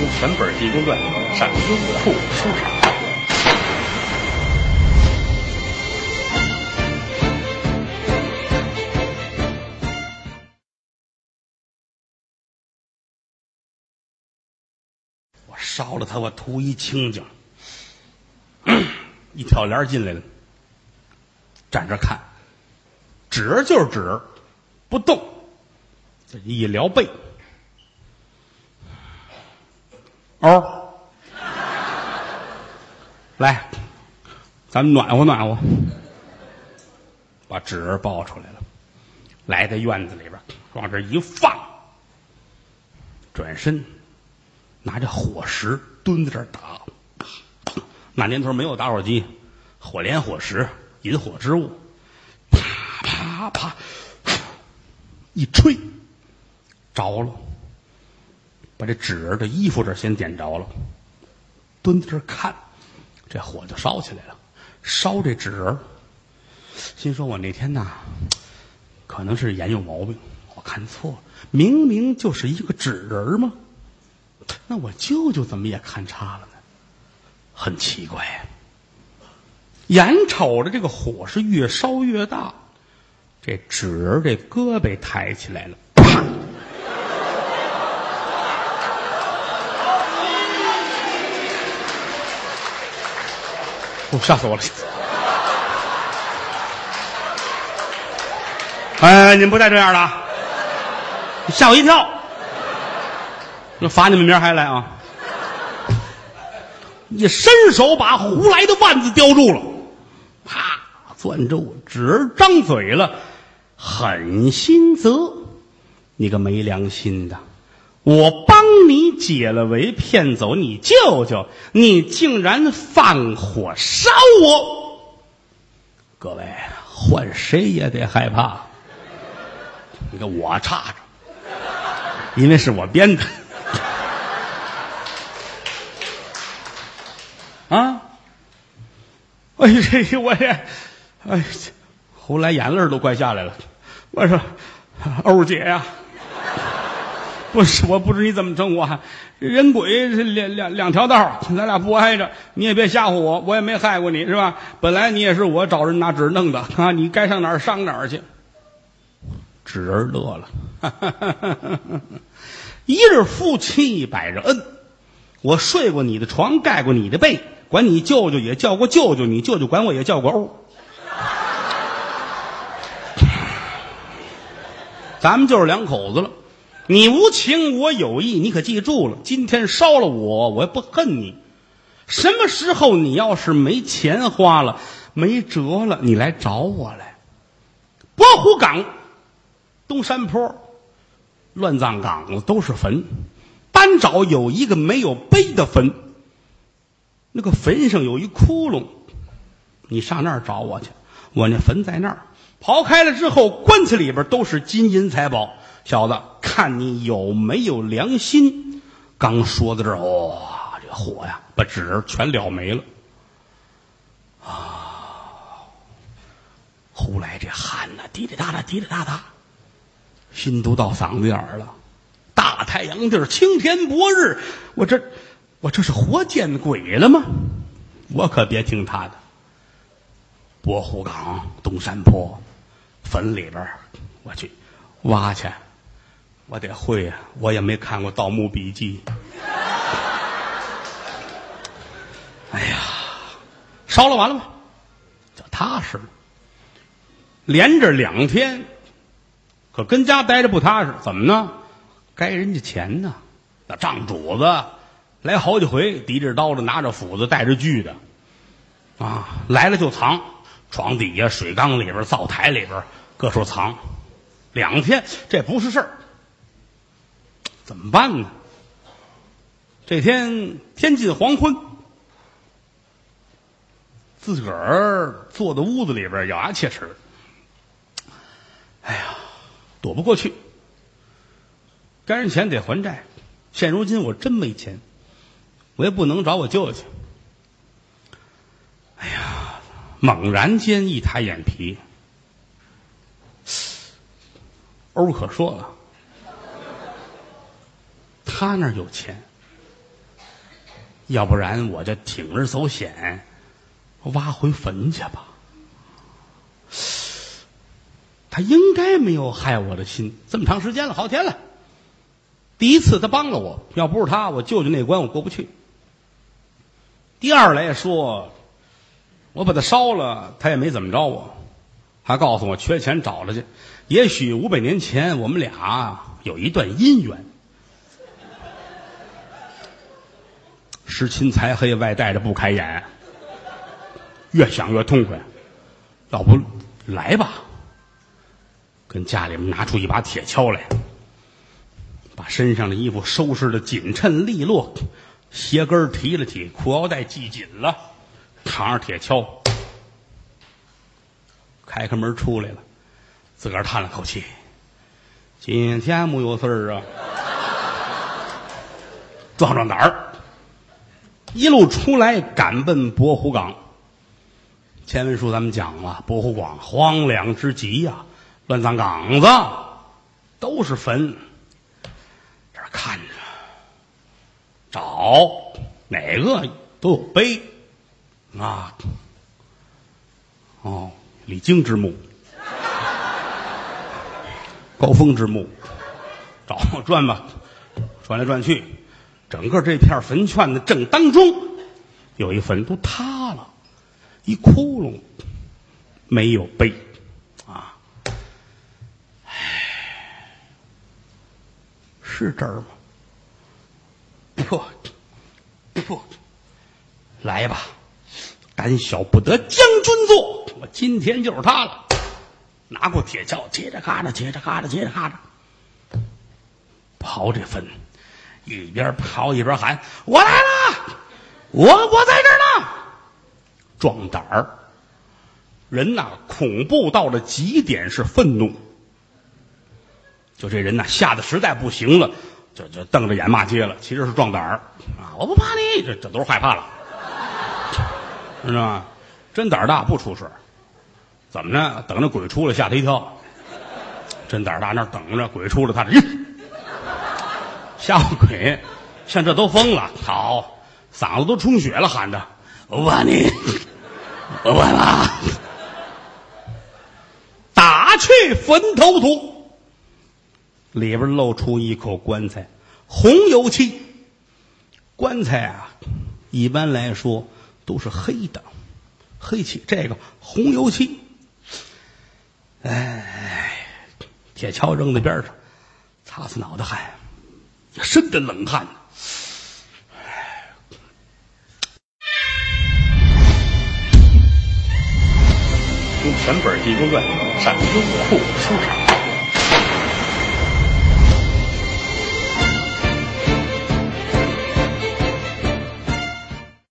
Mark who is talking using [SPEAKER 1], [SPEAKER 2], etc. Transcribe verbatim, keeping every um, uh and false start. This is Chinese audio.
[SPEAKER 1] 全本《济公传》上优酷书场。我烧了他，我图一清净。一挑帘进来了，站着看，指就是指，不动。这一撩背，哦，来，咱们暖和暖和。把纸人抱出来了，来在院子里边，往这一放，转身拿着火石蹲在这儿打。那年头没有打火机，火镰火石，引火之物，啪啪啪，一吹着了，把这纸人的衣服这先点着了，蹲在这儿看，这火就烧起来了，烧这纸人。心说我那天呐，可能是眼有毛病，我看错了，明明就是一个纸人嘛，那我舅舅怎么也看差了呢？很奇怪呀，眼瞅着这个火是越烧越大，这纸人这胳膊抬起来了，啪！哦，吓死我了！哎，你们不带这样的，吓我一跳！那罚你们明儿还来啊！一伸手把胡来的腕子叼住了，啪，攥住，纸张嘴了，狠心责，你个没良心的，我帮你解了围，骗走你舅舅，你竟然放火烧我！各位，换谁也得害怕。你看我差着，因为是我编的。啊！哎呀，我也，哎，后来眼泪都快下来了。我说，欧姐呀、啊，不是，我不知你怎么称呼，人鬼是两两两条道，咱俩不挨着，你也别吓唬我，我也没害过你，是吧？本来你也是我找人拿纸弄的啊，你该上哪儿上哪儿去。纸人乐了，一日夫妻百日恩，我睡过你的床，盖过你的被。管你舅舅也叫过舅舅，你舅舅管我也叫过欧。咱们就是两口子了，你无情我有意，你可记住了，今天烧了我，我也不恨你。什么时候你要是没钱花了，没辙了，你来找我来。博湖岗东山坡乱葬岗子都是坟，单找有一个没有碑的坟，那个坟上有一窟窿，你上那儿找我去，我那坟在那儿，刨开了之后，棺材里边都是金银财宝。小子，看你有没有良心。刚说到这儿，哇、哦，这火呀把纸人全燎没了啊！后来这汗呐、啊，滴里哒哒滴里哒哒，心都到嗓子眼儿了。大太阳地儿，青天白日，我这我这是活见鬼了吗？我可别听他的。博湖岗东山坡坟里边我去挖去，我得会呀、啊，我也没看过《盗墓笔记》。哎呀，烧了完了吗？就踏实了。连着两天，可跟家待着不踏实，怎么呢？该人家钱呢，那账主子来好几回，提着刀的，拿着斧子，带着锯的，啊，来了就藏，床底下、水缸里边、灶台里边，各处藏。两天，这不是事儿，怎么办呢？这天天近黄昏，自个儿坐在屋子里边咬牙切齿，哎呀，躲不过去。该人钱得还债，现如今我真没钱，我也不能找我舅舅。哎呀，猛然间一抬眼皮，欧可说了，他那儿有钱， 要不然我就铤而走险，挖回坟去吧。他应该没有害我的心，这么长时间了，好天了。第一次他帮了我，要不是他，我舅舅那关我过不去。第二来说，我把他烧了，他也没怎么着我，还告诉我缺钱找了去。也许五百年前我们俩有一段姻缘。识勤才黑，外带着不开眼，越想越痛快。要不来吧，跟家里面拿出一把铁锹来，把身上的衣服收拾得紧衬利落，鞋跟提了提，裤腰带系紧了，扛着铁锹，开开门出来了，自个儿叹了口气，今天没有事儿啊，壮壮胆儿，一路出来赶奔博湖岗。前文书咱们讲了，博湖岗荒凉之极呀、啊，乱葬岗子都是坟，这儿看着找哪个都有碑啊。哦，李靖之墓，高峰之墓，找转吧，转来转去，整个这片坟圈的正当中有一坟都塌了，一窟窿，没有碑啊。唉，是这儿吗？不不，来吧，胆小不得将军做，我今天就是他了。拿过铁锹，接着嘎着，接着嘎着，接着嘎着，刨这坟，一边刨一边喊：“我来了，我我在这儿呢！”壮胆儿，人呐，恐怖到了极点是愤怒。就这人呐，吓得实在不行了，就就瞪着眼骂街了。其实是壮胆儿啊！我不怕你，这这都是害怕了，知道吗？真胆儿大不出事。怎么着？等着鬼出来吓他一跳。真胆儿大那儿等着鬼出来，他这吓唬鬼，像这都疯了。好，嗓子都充血了，喊着：“我怕你，我完了！”打去坟头土，里边露出一口棺材，红油漆。棺材啊，一般来说都是黑的，黑漆，这个红油漆。哎，铁锹扔在边上，擦擦脑袋汗，一身的冷汗。用全本《济公传》上优酷书场。